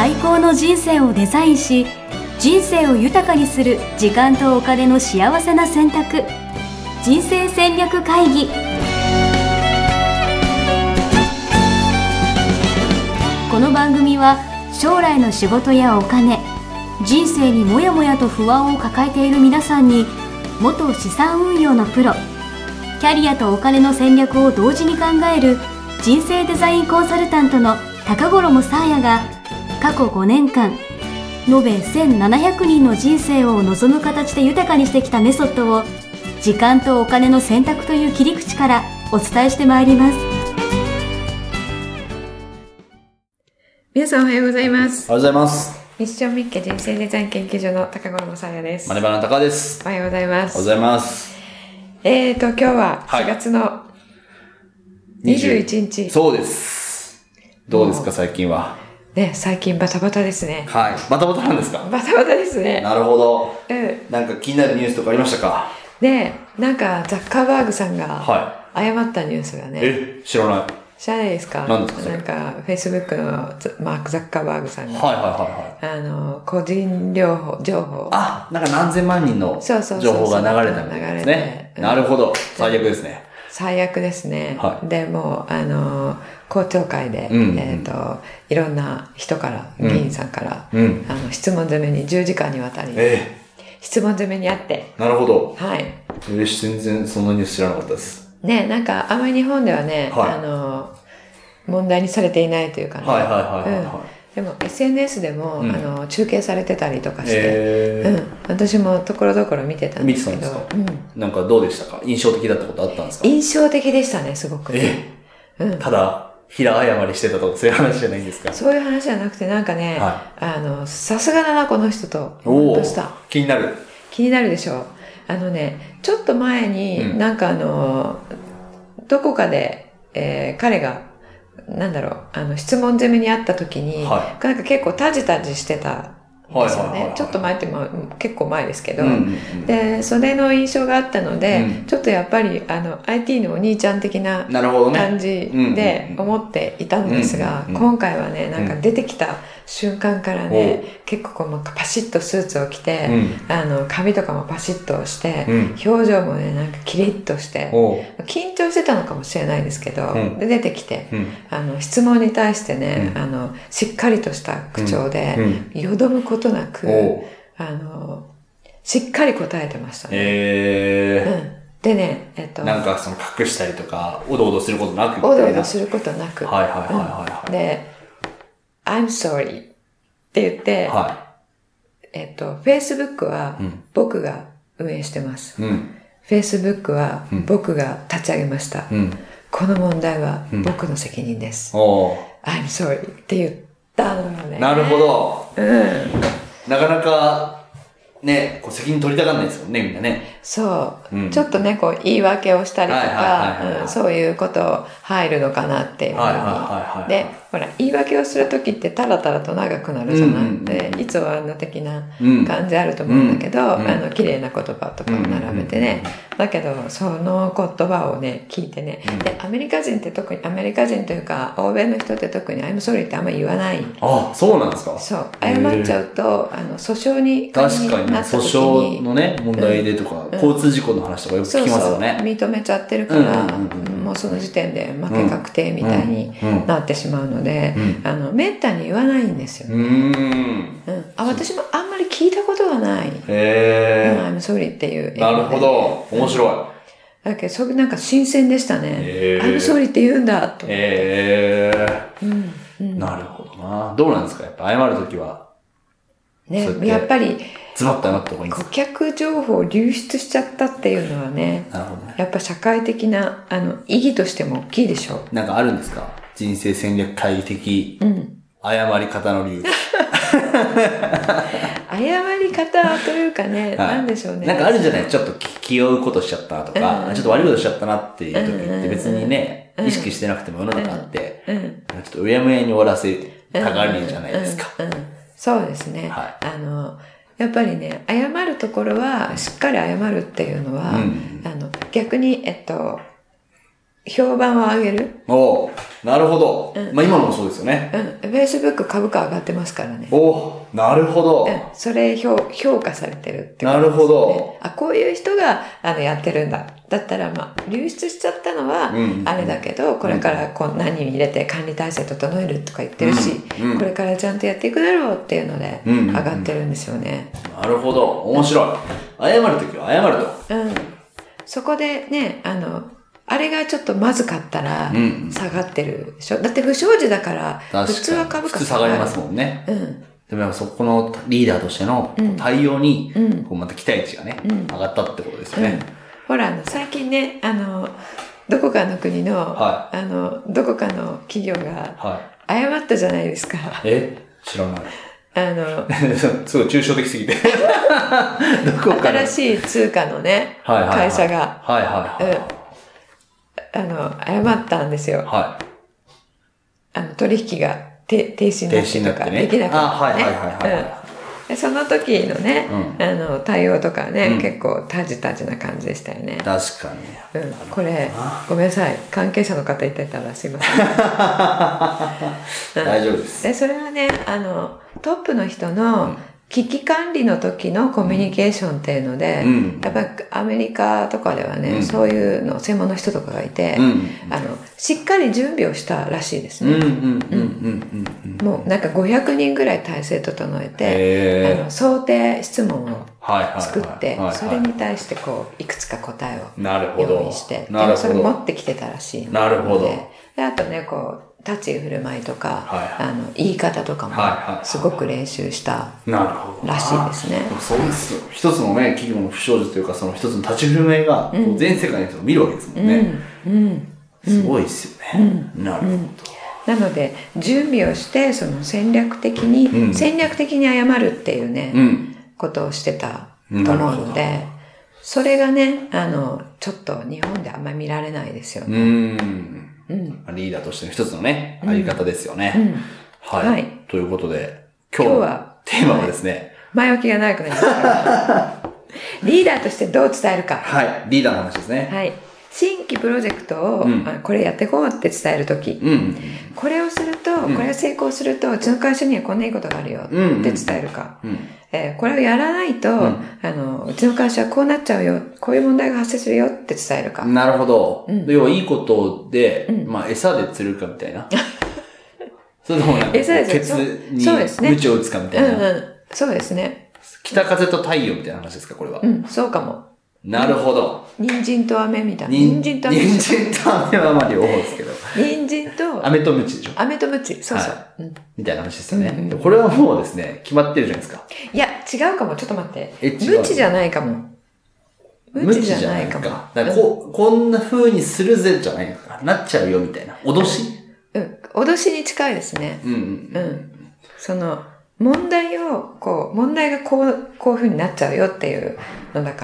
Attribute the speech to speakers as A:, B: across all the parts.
A: 最高の人生をデザインし、人生を豊かにする時間とお金の幸せな選択。人生戦略会議。この番組は将来の仕事やお金、人生にもやもやと不安を抱えている皆さんに、元資産運用のプロ、キャリアとお金の戦略を同時に考える人生デザインコンサルタントの高頃もさあやが、過去5年間延べ1700人の人生を望む形で豊かにしてきたメソッドを、時間とお金の選択という切り口からお伝えしてまいります。
B: 皆さんおはようございます。
C: おはようございます。
B: ミッションミッケ人生デザイン研究所の高頃もさあやです。
C: マネバナ高です。
B: おはようございます。
C: おはようございます。
B: 今日は4月の21日。
C: そうです。どうですか最近は。
B: ね、最近バタバタですね。
C: はい。バタバタなんですか？
B: バタバタですね。
C: なるほど。
B: うん。
C: なんか気になるニュースとかありましたか？
B: ね、なんかザッカーバーグさんが
C: は
B: 謝ったニュースがね。
C: 知らない。
B: 知らないですか？
C: 何ですかそれ？
B: なんか、Facebook のマーク・ザッカーバーグさんが。個人情報。
C: なんか何千万人の情報が流れたみたいなですね。なるほど。最悪ですね。
B: 最悪ですね。
C: はい。
B: で、もう、公聴会で、いろんな人から、議員さんから、質問攻めに10時間にわたり、質問攻めにあって。
C: なるほど。
B: はい。
C: 全然そんなニュース知らなかったです。
B: ね、なんか、あまり日本ではね、問題にされていないというかね。でも SNS でも、中継されてたりとかして、私もところどころ見てたんですけど。見てたんですか？
C: なんかどうでしたか？印象的だったことあったんですか？
B: 印象的でしたね、すごく。
C: ただ、平謝りしてたとかそういう話じゃないんですか？
B: そういう話じゃなくて、なんかね、さすがだな、この人と。思いました。
C: 気になる。
B: 気になるでしょう。ちょっと前に、なんかどこかで、彼が、質問攻めにあった時に、なんか結構タジタジしてたんですよね。ちょっと前って結構前ですけど、で、それの印象があったので、ちょっとやっぱりIT のお兄ちゃん的な感じで思っていたんですが、今回はね、なんか出てきた瞬間からね、結構パシッとスーツを着て、髪とかもパシッとして、表情もね、なんかキリッとして、緊張してたのかもしれないですけど、で出てきて、質問に対してね、しっかりとした口調で、よどむことなく、しっかり答えてましたね。でね、
C: なんか隠したりとか、おどおどすることなく。
B: おどおどすることなく。で、I'm sorry って言って、Facebook は僕が運営してます。Facebook は僕が立ち上げました。この問題は僕の責任です。I'm sorry って言ったのよね。
C: なるほど。なかなか、ね、責任取りたがらないですよね、みんなね。
B: そう。ちょっとね、言い訳をしたりとか、そういうこと入るのかなっていうふうに。で、ほら、言い訳をするときってタラタラと長くなるじゃない。で、いつ終わるの的な感じあると思うんだけど、綺麗な言葉とかを並べてね。だけど、その言葉をね、聞いてね。で、アメリカ人って特に、アメリカ人というか、欧米の人って特に I'm sorry ってあんまり言わない。
C: あ、そうなんですか？
B: そう。謝っちゃうと、訴訟に
C: 確かに、訴訟のね、問題でとか、交通事故の話とかよく聞きますよね。
B: そう認めちゃってるから、もうその時点で負け確定みたいになってしまうので、めったに言わないんですよ。私もあんまり聞いたことがない。I'm sorry っていう。な
C: るほど。面白
B: い。だけど、なんか新鮮でしたね。I'm sorry って言うんだ、と思って。
C: なるほどな。どうなんですか？やっぱ謝るときは。
B: ね、やっぱり、
C: ズバッと謝った方がいいんですか？
B: 顧客情報を流出しちゃったっていうのはね、やっぱ社会的な、意義としても大きいでしょう。
C: なんかあるんですか？人生戦略会議的、謝り方の理由。
B: 謝り方というかね、なんでしょうね。
C: なんかあるじゃない？ちょっと気を負うことしちゃったとか、ちょっと悪いことしちゃったなっていう時って別にね、意識してなくても世の中あって、ちょっとうやむやに終わらせたがりじゃないですか。
B: そうですね。やっぱりね、謝るところは、しっかり謝るっていうのは、逆に、評判を上げる。
C: なるほど。まあ今のもそうですよね。
B: Facebook 株価上がってますからね。
C: お、なるほど。
B: それ評価されてるってことですね。
C: なるほど。
B: こういう人がやってるんだ。だったら流出しちゃったのはあれだけど、これから何人入れて管理体制整えるとか言ってるし、これからちゃんとやっていくだろうっていうので上がってるんですよね。
C: なるほど。面白い。謝るときは謝ると。
B: そこでね、あれがちょっとまずかったら下がってるでしょ。だって不祥事だから普通は株価
C: 下がりますもんね。でもそこのリーダーとしての対応にまた期待値がね、上がったってことですよね。
B: ほら最近ね、どこかの国の、どこかの企業が謝ったじゃないですか。
C: 知らない。すごい抽象的すぎて。
B: 新しい通貨のね、会社が、謝ったんですよ。取引が停止になってとかできなくなってね。その時のね、対応とかね、結構タジタジな感じでしたよね。
C: 確かに。
B: これ、ごめんなさい。関係者の方いてたらすいません。
C: 大丈夫です。
B: で、それはね、トップの人の危機管理の時のコミュニケーションっていうので、やっぱりアメリカとかではね、そういうの専門の人とかがいて、しっかり準備をしたらしいですね。もうなんか500人ぐらい体制整えて、想定質問を作って、それに対していくつか答えを用意して、それ持ってきてたらしいので。
C: なるほど。
B: で、あとね、立ち居振る舞いとか、言い方とかもすごく練習したらしいですね。
C: そうですよ。一つのね、企業の不祥事というか、その一つの立ち振る舞いが、全世界の人が見るわけですもんね。すごいですよね。なるほど。
B: なので、準備をして、戦略的に謝るっていうね、ことをしてたと思うので、それがね、ちょっと日本であんまり見られないですよね。
C: リーダーとしての一つのね、あり方ですよね。はい。ということで、今日はテーマはですね、
B: 前置きが長くなりますからリーダーとしてどう伝えるか。
C: はい。リーダーの話ですね。
B: はい。新規プロジェクトを、これやっていこうって伝えるとき、これをすると、これを成功すると、うちの会社にはこんないいことがあるよって伝えるか。これをやらないと、うちの会社はこうなっちゃうよ、こういう問題が発生するよって伝えるか。
C: なるほど。要はいいことで、餌で釣るかみたいな。それともなんか、ケツに鞭を打つかみたいな。
B: そうですね。
C: 北風と太陽みたいな話ですか、これは。
B: そうかも。
C: なるほど。
B: 人参と飴みたいな。
C: 人参と飴はまあ両方ですけど。
B: 人参と
C: 飴と鞭でしょ。
B: 飴と鞭、そうそう。
C: みたいな話ですよね。これはもうですね、決まってるじゃないですか。
B: いや、違うかも。ちょっと待って。鞭じゃないかも。鞭じゃないかも。
C: だからこんな風にするぜじゃないか。なっちゃうよみたいな。脅し？
B: 脅しに近いですね。問題がこういう風になっちゃうよっていうのだから、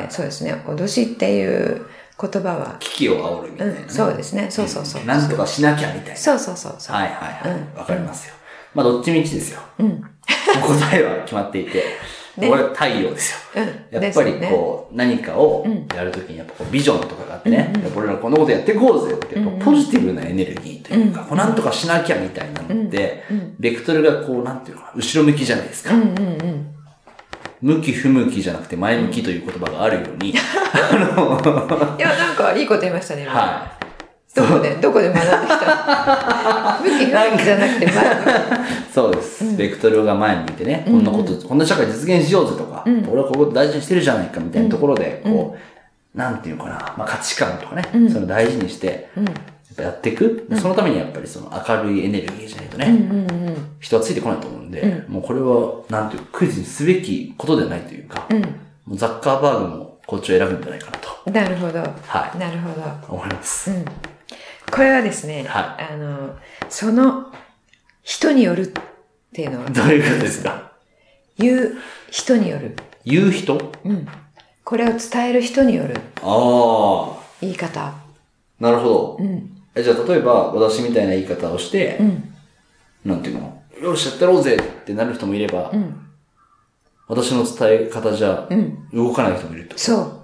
B: そうですね、脅しっていう言葉は。
C: 危機を煽るみたいな、
B: そうですね、そうそうそう。
C: なんとかしなきゃみたいな。
B: そうそうそう。
C: はいはいはい。わかりますよ。まあ、どっちみちですよ。答えは決まっていて。これは太陽ですよ。やっぱり何かをやるときにやっぱビジョンとかがあってね、俺らこんなことやっていこうぜって、ポジティブなエネルギーというか、なんとかしなきゃみたいなので、ベクトルがなんていうか、後ろ向きじゃないですか。向き不向きじゃなくて前向きという言葉があるように。い
B: や、なんかいいこと言いましたね。はい。どこで学んできた向き不向きじゃなくて前向き。
C: そうです。ベクトルが前向いてね、こんな社会実現しようぜとか、俺はここ大事にしてるじゃないかみたいなところで、なんていうかな、まあ価値観とかね、それを大事にして、やっていく。そのためにやっぱり明るいエネルギーじゃないとね、人はついてこないと思うんで、もうこれは、なんていうクイズにすべきことではないというか、もうザッカーバーグもこっちを選ぶんじゃないかなと。
B: なるほど。
C: はい。
B: なるほど。
C: 思います。
B: これはですね、その人によるっていうのは。
C: どういうことですか？
B: 言う人による。
C: 言う人？
B: これを伝える人による。言い方。
C: なるほど。じゃあ例えば私みたいな言い方をして、なんていうの？よしやってやろうぜってなる人もいれば、私の伝え方じゃ動かない人もいるってこと？
B: そう。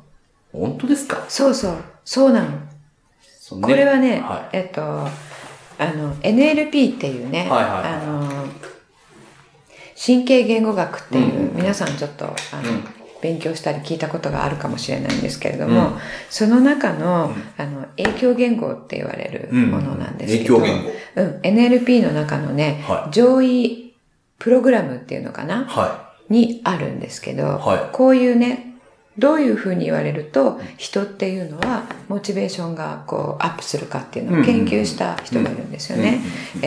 C: 本当ですか？
B: そうそう。そうなの。これはね、 NLP っていうね、神経言語学っていう、皆さんちょっと、勉強したり聞いたことがあるかもしれないんですけれども、その中の、影響言語って言われるものなんですけど、
C: 影響言語。
B: NLP の中のね、上位プログラムっていうのかな、にあるんですけど、こういうね、どういうふうに言われると、人っていうのは、モチベーションがこう、アップするかっていうのを研究した人がいるんですよね。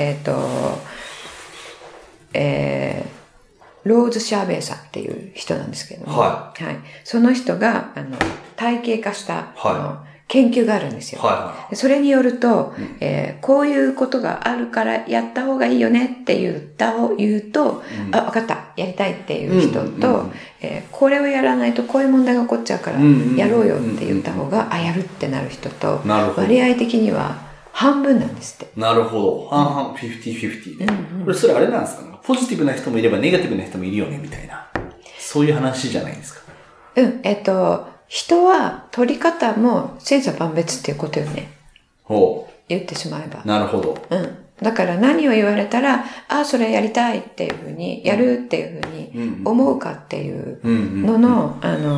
B: ローズ・シャーベイさんっていう人なんですけども、その人が、体系化した、研究があるんですよ。それによると、こういうことがあるからやった方がいいよねって言うと、わかった、やりたいっていう人と、これをやらないとこういう問題が起こっちゃうから、やろうよって言った方が、やるってなる人と、割合的には半分なんですって。
C: なるほど。半々、50-50で。これ、それあれなんですかね。ポジティブな人もいればネガティブな人もいるよね、みたいな。そういう話じゃないですか。
B: 人は取り方も千差万別っていうことよね。言ってしまえば。
C: なるほど。
B: だから何を言われたら、それやりたいっていうふうに、やるっていうふうに思うかっていうのの、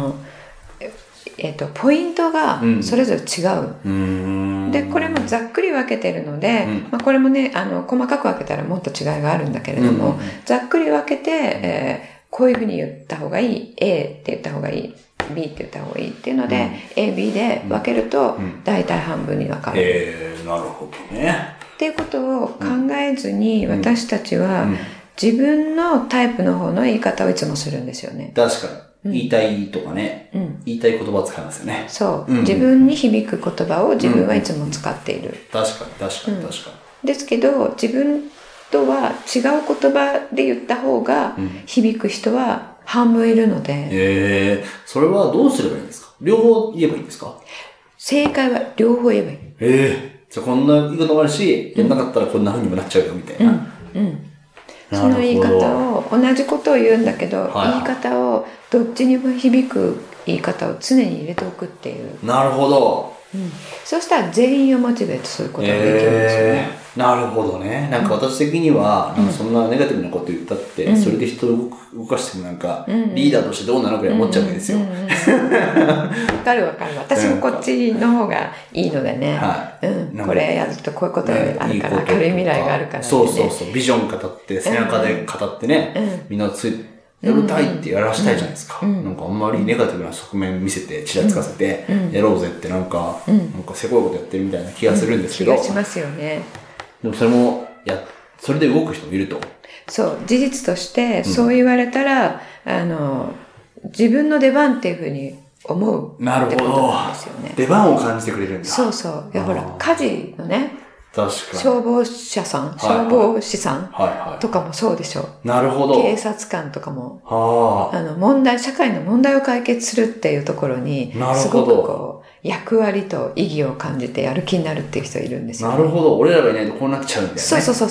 B: ポイントがそれぞれ違う。で、これもざっくり分けてるので、これもね、細かく分けたらもっと違いがあるんだけれども、ざっくり分けて、こういうふうに言った方がいい、A って言った方がいい、B って言った方がいいっていうので、A、B で分けると、大体半分に分かる。
C: なるほどね。
B: っていうことを考えずに、私たちは自分のタイプの方の言い方をいつもするんですよね。
C: 確かに。言いたいとかね。言いたい言葉を使いますよね。
B: そう。自分に響く言葉を自分はいつも使っている。
C: 確かに。
B: ですけど、自分とは違う言葉で言った方が響く人は半分いるので。
C: それはどうすればいいんですか？両方言えばいいんですか？
B: 正解は両方言えばいい。
C: じゃあこんな言い方もあるし、やんなかったらこんな風にもなっちゃうよみたいな。
B: その言い方を、同じことを言うんだけど、言い方をどっちにも響く言い方を常に入れておくっていう。
C: なるほど。
B: そうしたら全員をモチベートすることができるんですよね。
C: なるほどね。なんか私的には、そんなネガティブなこと言ったって、それで人を動かしてもなんか、リーダーとしてどうなのか思っちゃうわけですよ。
B: わかる。私もこっちの方がいいのでね。これやるとこういうことがあるから、明るい未来があるからね。
C: そう。ビジョン語って、背中で語ってね、みんなやりたいってやらしたいじゃないですか。なんかあんまりネガティブな側面見せて、ちらつかせて、やろうぜってなんかせこいことやってるみたいな気がするんですけど。
B: 気がしますよね。
C: でもそれも、それで動く人もいると。
B: そう、事実として、そう言われたら、自分の出番っていうふうに思うってことなんですよね。
C: 出番を感じてくれるんだ。
B: そう。いや、ほら、火事のね、
C: 確かに。
B: 消防士さんとかもそうでしょ。
C: なるほど。
B: 警察官とかも、社会の問題を解決するっていうところに、すごくこう、役割と意義を感じてやる気になるっていう人いるんですよね。
C: なるほど。俺らがいないとこうなっちゃうんだよね。
B: そう。そう。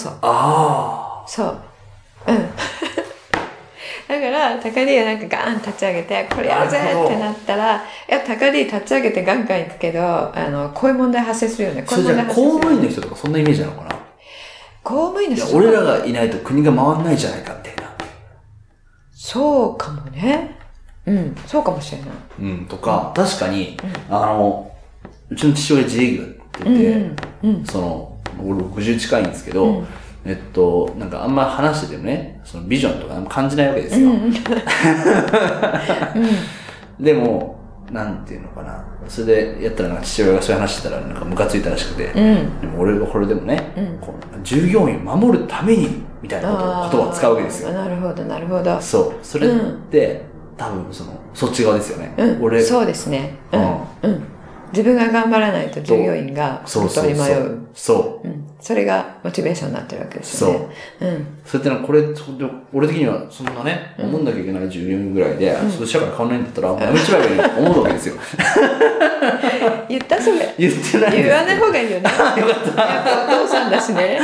B: だから、高 D がなんかガーン立ち上げて、これやるぜってなったら、高 D 立ち上げてガンガン行くけど、こういう問題発生するよね。
C: それじゃあ公務員の人とかそんなイメージなのかな？
B: 公務員の人
C: 俺らがいないと国が回んないじゃないかみたいな。
B: そうかもね。そうかもしれない。
C: とか、確かに、うちの父親自営業って言って、俺60近いんですけど、なんかあんま話しててもね、そのビジョンとか感じないわけですよ。でも、なんていうのかな。それでやったらなんか父親がそういう話してたらなんかムカついたらしくて、でも俺はこれでもね、従業員を守るためにみたいな言葉を使うわけですよ。
B: なるほど。
C: そう。それって、多分そっち側ですよね。
B: そうですね。自分が頑張らないと従業員が本当に迷う。それがモチベーションになってるわけですよね。
C: そうやってこれ、俺的にはそんなね、思んなきゃいけない従業員ぐらいで、そ社会変わんないんだったら、やめちゃえばいいと思うわけですよ。
B: 言ったそれ。
C: 言ってない。
B: 言わない方がいいよね。よかった。やっぱお父さんだしね。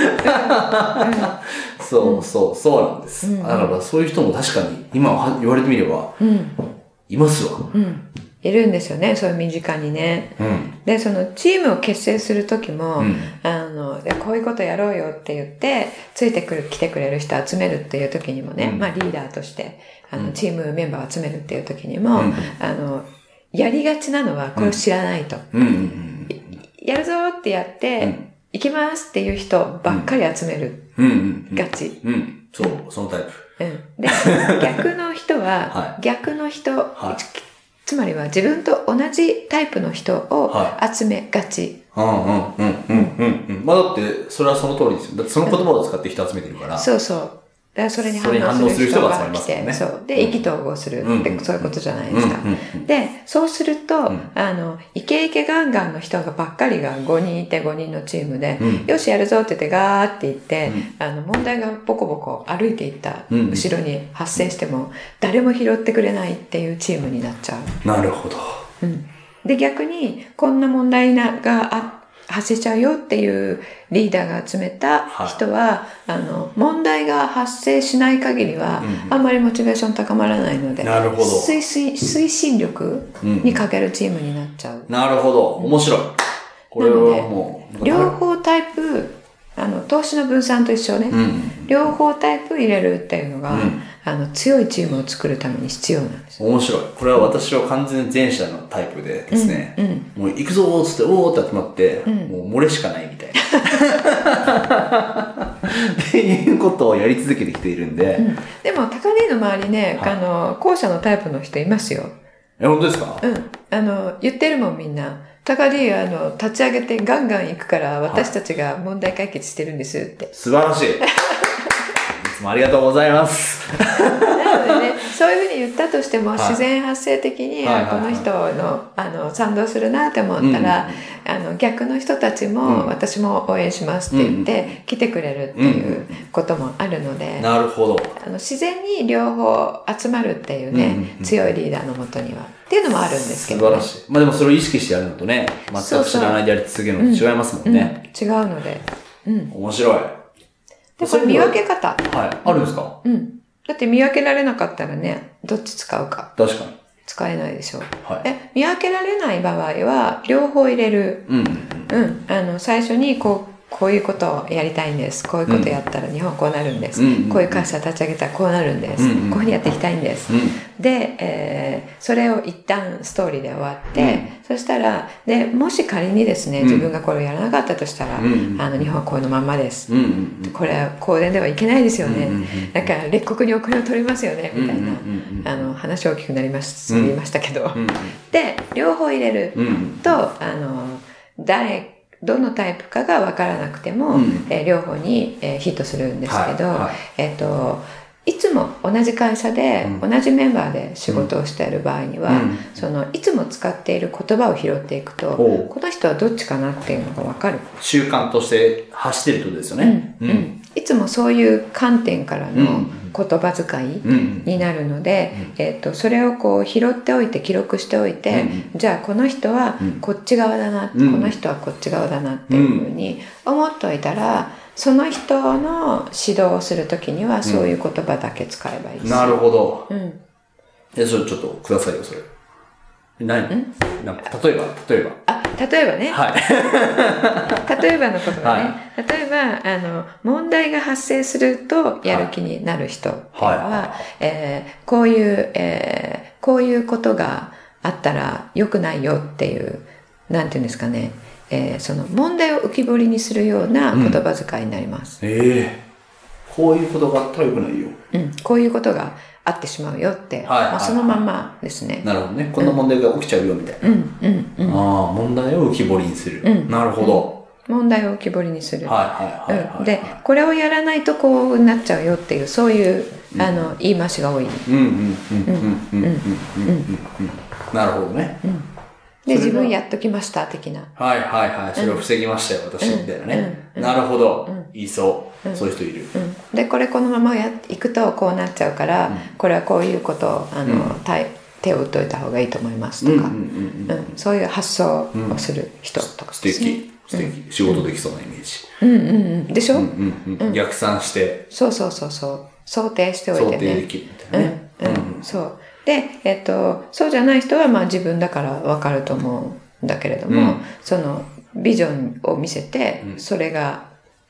C: そうなんです。だからそういう人も確かに、今言われてみれば、いますわ。
B: いるんですよね、そういう身近にね。で、そのチームを結成するときも、ここういうことやろうよって言って、ついて来てくれる人集めるっていう時にもね、まあリーダーとして、チームメンバーを集めるっていう時にも、やりがちなのはこれを知らないと。やるぞってやって、行きますっていう人ばっかり集める。がち。
C: そう、そのタイプ。
B: で、逆の人は、逆の人、つまりは自分と同じタイプの人を集めがち。
C: まあだって、それはその通りですよ。だってその言葉を使って人集めてるから。
B: そうそう。だからそれに反応する人が来て、そう。で、意気投合するって、そういうことじゃないですか。で、そうすると、イケイケガンガンの人がばっかりが5人いて5人のチームで、よしやるぞって言ってガーって言って、問題がボコボコ歩いていった後ろに発生しても、誰も拾ってくれないっていうチームになっちゃう。
C: なるほど。
B: で、逆に、こんな問題が発生しちゃうよっていうリーダーが集めた人は、問題が発生しない限りは、あんまりモチベーション高まらないので、
C: なるほど。
B: 推進力にかけるチームになっちゃう。
C: なるほど。面白い。これはもう。
B: 両方タイプ、投資の分散と一緒ね。両方タイプ入れるっていうのが、強いチームを作るために必要なんです。
C: 面白い。これは私は完全に前者のタイプでですね、もう行くぞーっつって、おーって集まって、もう漏れしかないみたいな。っていうことをやり続けてきているんで。
B: でも、高Dの周りね、後者のタイプの人いますよ。
C: 本当ですか？
B: 言ってるもんみんな。高D、立ち上げてガンガン行くから、私たちが問題解決してるんですって。
C: 素晴らしい。いつもありがとうございます。
B: なのでね、そういうふうに言ったとしても、自然発生的に、この人の、賛同するなって思ったら、逆の人たちも、私も応援しますって言って、来てくれるっていうこともあるので、
C: なるほど。
B: 自然に両方集まるっていうね、強いリーダーのもとには。っていうのもあるんですけど、ね。
C: 素晴らしい。まあでもそれを意識してやるのとね、全く知らないでやり続けるのと違いますもんね。
B: 違うので。
C: 面白い。
B: で、これ見分け方。
C: あるんですか？
B: だって見分けられなかったらね、どっち使うか。
C: 確かに。
B: 使えないでしょ。見分けられない場合は、両方入れる。最初にこういうことをやりたいんです。こういうことやったら日本こうなるんです。こういう会社立ち上げたらこうなるんです。こういうふうにやっていきたいんです。で、それを一旦ストーリーで終わって、そしたら、で、もし仮にですね、自分がこれをやらなかったとしたら、日本はこういうのまんまです。これは公電ではいけないですよね。だから列国にお金を取りますよね、みたいな、話大きくなりましたけど。で、両方入れると、どのタイプかが分からなくても、両方に、ヒットするんですけど、いつも同じ会社で、同じメンバーで仕事をしている場合には、いつも使っている言葉を拾っていくと、この人はどっちかなっていうのが分かる。
C: 習慣として発してるってことですよね。
B: いつもそういう観点からの言葉遣いになるので、それをこう拾っておいて記録しておいて、じゃあこの人はこっち側だな、この人はこっち側だなっていうふうに思っておいたら、その人の指導をするときにはそういう言葉だけ使えばいいし。
C: なるほど。それちょっとくださいよ、それ。何？例えば。
B: 例えばね。例えばのことがね。例えば、問題が発生するとやる気になる人っていうのは、こういうことがあったら良くないよっていう、なんていうんですかね。その問題を浮き彫りにするような言葉遣いになります。
C: こういうことがあったら良くないよ。
B: こういうことがあってしまうよって、そのまんまですね。
C: なるほどね。こんな問題が起きちゃうよみたいな。問題を浮き彫りにする。なるほど。
B: 問題を浮き彫りにする。で、これをやらないとこうなっちゃうよっていう、そういう言い回しが多い。
C: なるほどね。
B: で、自分やっときました的な。
C: それを防ぎましたよ、私みたいなね。なるほど。言いそう。そういう人いる。
B: で、このままいくとこうなっちゃうから、これはこういうことを、手を打っといた方がいいと思いますとか、そういう発想をする人とか。
C: 素敵。仕事できそうなイメー
B: ジ。でしょ？
C: 逆算して。
B: そう。想定しておいてね。
C: 想定できるみたいなね。
B: そう。で、そうじゃない人は自分だからわかると思うんだけれども、そのビジョンを見せて、それが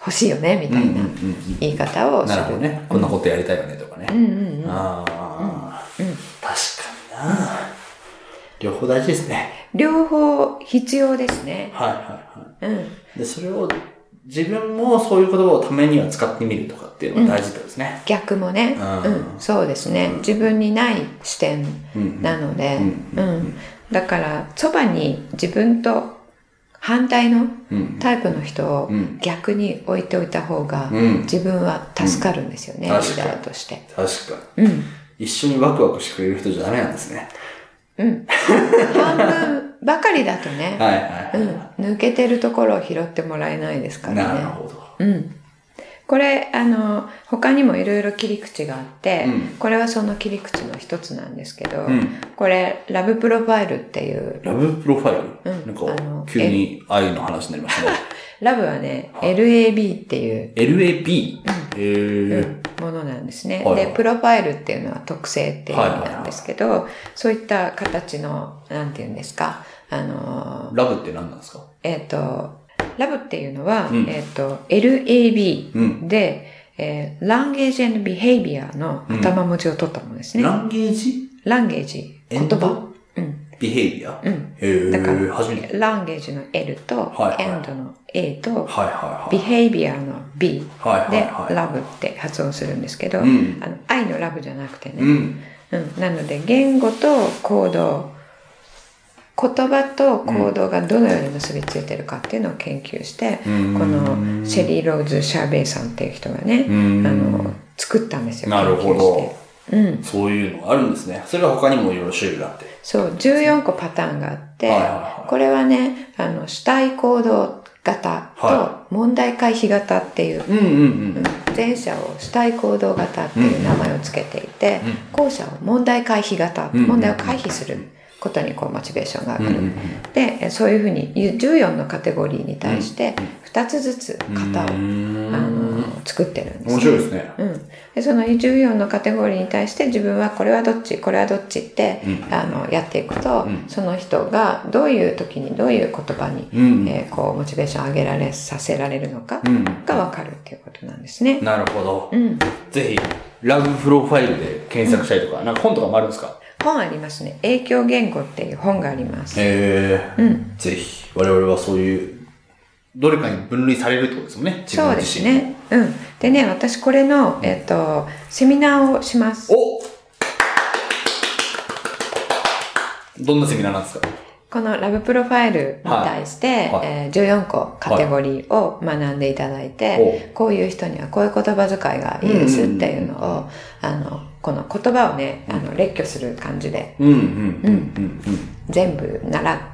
B: 欲しいよねみたいな言い方をする。
C: なるほどね。こんなことやりたいよねとかね。確かにな。両方大事ですね。
B: 両方必要ですね。
C: で、それを自分もそういう言葉をためには使ってみるとかっていうのが大事ですね。
B: 逆もね。そうですね。自分にない視点なので、だからそばに自分と反対のタイプの人を逆に置いておいた方が自分は助かるんですよね、リーダーとして。
C: 確かに。一緒にワクワクしてくれる人じゃダメなんですね。
B: 半分ばかりだとね、抜けてるところを拾ってもらえないですからね。
C: なるほど。
B: これ、他にもいろいろ切り口があって、これはその切り口の一つなんですけど、これ、ラブプロファイルっていう。
C: ラブプロファイル？なんか、急に愛の話になりましたね。
B: ラブはね、LAB っていう。
C: LAB？
B: ものなんですね。で、プロファイルっていうのは特性っていう意味なんですけど、そういった形の、なんていうんですか、
C: ラブって何なんですか？
B: ラブっていうのは、LAB で、Language and Behavior の頭文字を取ったものですね。
C: ランゲージ、
B: 言葉。
C: Behavior？
B: だから、ランゲージの L と、エンドの A と、Behavior の B で、ラブって発音するんですけど、愛のラブじゃなくてね。なので、言語と行動、言葉と行動がどのように結びついてるかっていうのを研究して、このシェリー・ローズ・シャーベイさんっていう人がね、作ったんですよ。
C: なるほど。そういうのがあるんですね。それは他にもいろいろ種類があって。
B: そう、14個パターンがあって、これはね、主体行動型と問題回避型っていう、前者を主体行動型っていう名前をつけていて、後者を問題回避型、問題を回避することにこうモチベーションが上がる。で、そういうふうに14のカテゴリーに対して2つずつ型を作ってるんですね。
C: 面白いですね。
B: でその14のカテゴリーに対して自分はこれはどっちこれはどっちってやっていくと、その人がどういう時にどういう言葉にこうモチベーションを上げさせられるのかが分かるっていうことなんですね。
C: なるほど。ぜひラブプロファイルで検索したりとか、なんか本とかもあるんですか？
B: 本ありますね。影響言語っていう本があります。
C: ぜひ我々はそういうどれかに分類されるってことですもんね。自分自身。そうですね。
B: でね、私これのセミナーをします。
C: どんなセミナーなんですか？
B: このラブプロファイルに対して、14個カテゴリーを学んでいただいて、こういう人にはこういう言葉遣いがいいですっていうのを、この言葉をね、列挙する感じで、全部習って、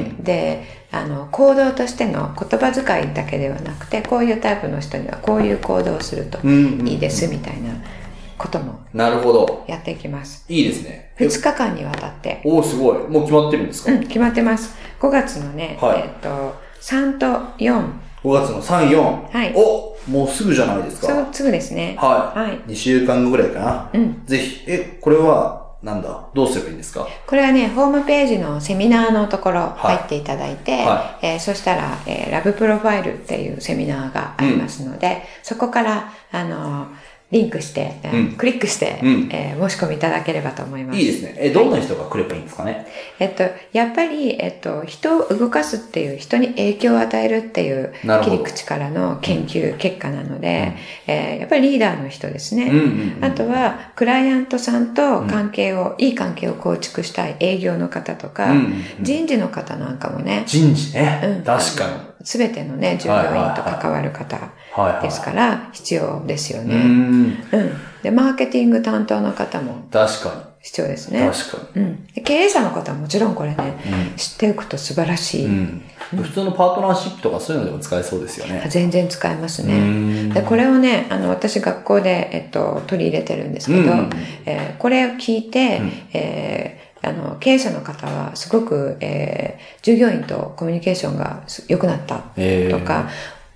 B: で、行動としての言葉遣いだけではなくて、こういうタイプの人にはこういう行動をするといいですみたいなこともやっていきます。
C: いいですね。
B: 2日間にわたって。
C: すごい。もう決まってるんですか？
B: 決まってます。5月のね、3と4。
C: 5月の3、4。
B: はい。
C: もうすぐじゃないですか。
B: そう、すぐですね。
C: 2週間後ぐらいかな。ぜひ。これは、どうすればいいんですか？
B: これはね、ホームページのセミナーのところ入っていただいて、そしたら、ラブプロファイルっていうセミナーがありますので、そこから、リンクして、クリックして、申し込みいただければと思います。
C: いいですね。どんな人が来ればいいんですかね？
B: やっぱり、人を動かすっていう、人に影響を与えるっていう切り口からの研究結果なので、やっぱりリーダーの人ですね。あとは、クライアントさんといい関係を構築したい営業の方とか、人事の方なんかもね。
C: 人事ね。確かに。
B: すべてのね、従業員と関わる方ですから、必要ですよね。で、マーケティング担当の方も必要ですね。
C: 確かに。
B: で経営者の方はもちろんこれね、知っておくと素晴らしい。
C: 普通のパートナーシップとかそういうのでも使えそうですよね。
B: 全然使えますね。でこれをね、私学校で、取り入れてるんですけど、これを聞いて、経営者の方はすごく、従業員とコミュニケーションが良くなったとか、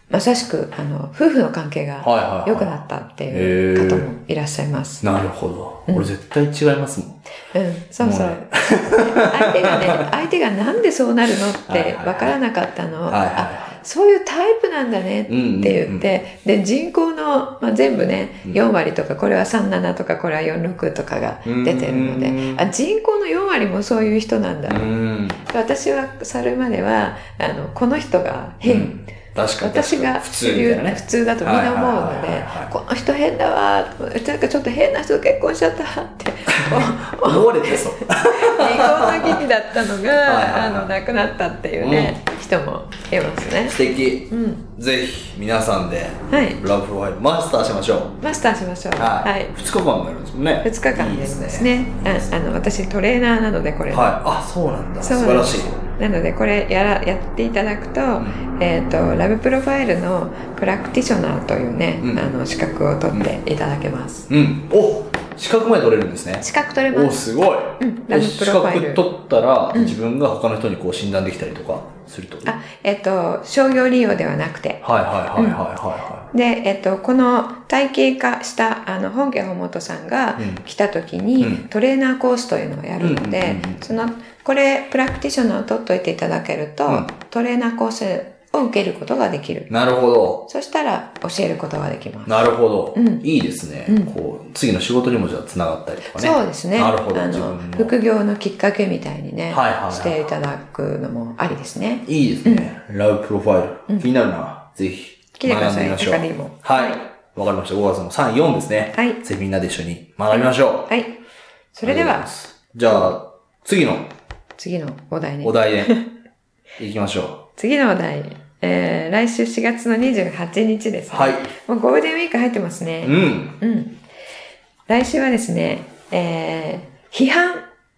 B: まさしく、夫婦の関係が良くなったっていう方もいらっしゃいます。
C: なるほど。俺絶対違いますもん。
B: そうそう。相手がなんでそうなるのって分からなかったの。そういうタイプなんだねって言って、で、人口の、全部ね、4割とか、これは37とか、これは46とかが出てるので、人口の4割もそういう人なんだ。私はそれまでは、この人が変。私が普通だとみんな思うので、この人変だわ、なんかちょっと変な人と結婚しちゃったって
C: 思われてそう。
B: 離婚の危機だったのが亡くなったっていうね、人もいますね。
C: 素敵。ぜひ皆さんでラブプロファイルマスターしましょう。
B: マスターしましょう。
C: 2日間もやるんですもんね。
B: 2日間やりますね。私トレーナーなのでこれ。
C: そうなんだ。素晴らしい。
B: なのでこれやっていただくと、ラブプロファイルのプラクティショナーというね、資格を取っていただけます。
C: お、資格まで取れるんですね。
B: 資格取れます。
C: お、すごい。ラブプロファイル。資格取ったら、自分が他の人にこう診断できたりとかすると。
B: 商業利用ではなくて。で、この体系化した本家本元さんが来た時に、トレーナーコースというのをやるので、これプラクティショナーを取っといていただけると、トレーナーコースを受けることができる。
C: なるほど。
B: そしたら教えることができます。
C: なるほど。いいですね。こう次の仕事にもじゃあつながったりとかね。
B: そうですね。
C: なるほど。
B: 副業のきっかけみたいにね、していただくのもありですね。
C: いいですね。ラブプロファイル。気になるな。ぜひ学んでみましょう。はい。わかりました。5月の3、4ですね。ぜひみんなで一緒に学びましょう。
B: それでは。
C: じゃあ、次の
B: お題ね。
C: お題で行きましょう。
B: 次のお題。来週4月の28日ですね。もうゴールデンウィーク入ってますね。来週はですね、批判。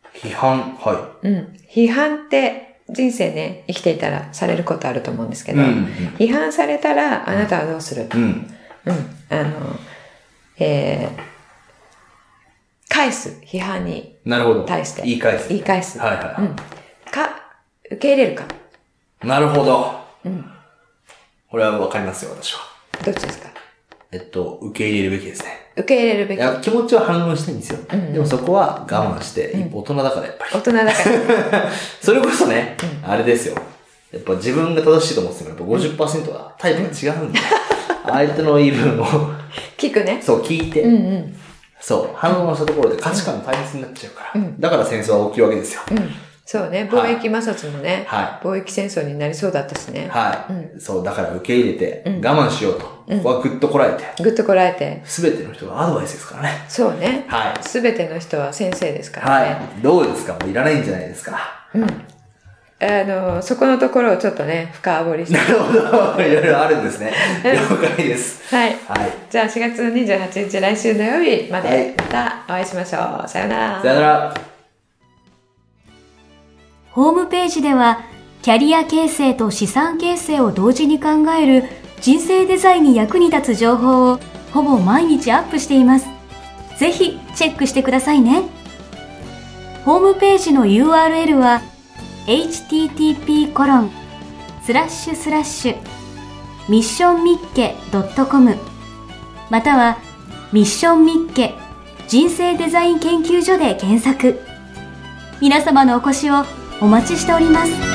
B: 批判って人生ね、生きていたらされることあると思うんですけど、批判されたらあなたはどうする？返す。批判に対して。
C: 言い返す。
B: か、受け入れるか。
C: なるほど。これはわかりますよ、私は。
B: どっちですか？
C: 受け入れるべきですね。
B: 受け入れるべき。
C: いや、気持ちは反応したいんですよ。でもそこは我慢して、大人だからやっぱり。
B: 大人だから。
C: それこそね、あれですよ。やっぱ自分が正しいと思ってても、やっぱ 50% はタイプが違うんで、相手の言い分を
B: 聞くね。
C: そう、聞いて、そう、反応したところで価値観の対立になっちゃうから。だから戦争は起きるわけですよ。
B: そうね、貿易摩擦もね、貿易戦争になりそうだったしね。
C: そう、だから受け入れて、我慢しようと。ここはぐっとこらえて。すべての人がアドバイスですからね。
B: そうね。すべての人は先生ですからね。
C: どうですか？もういらないんじゃないですか。
B: そこのところをちょっとね、深掘りして。
C: なるほど。いろいろあるんですね。了解です。
B: じゃあ4月の28日、来週土曜日までまたお会いしましょう。さよなら。
C: さよなら。
A: ホームページではキャリア形成と資産形成を同時に考える人生デザインに役に立つ情報をほぼ毎日アップしています。ぜひチェックしてくださいね。ホームページの URL は http://missionmicke.com またはミッションミッケ人生デザイン研究所で検索。皆様のお越しをお待ちしております。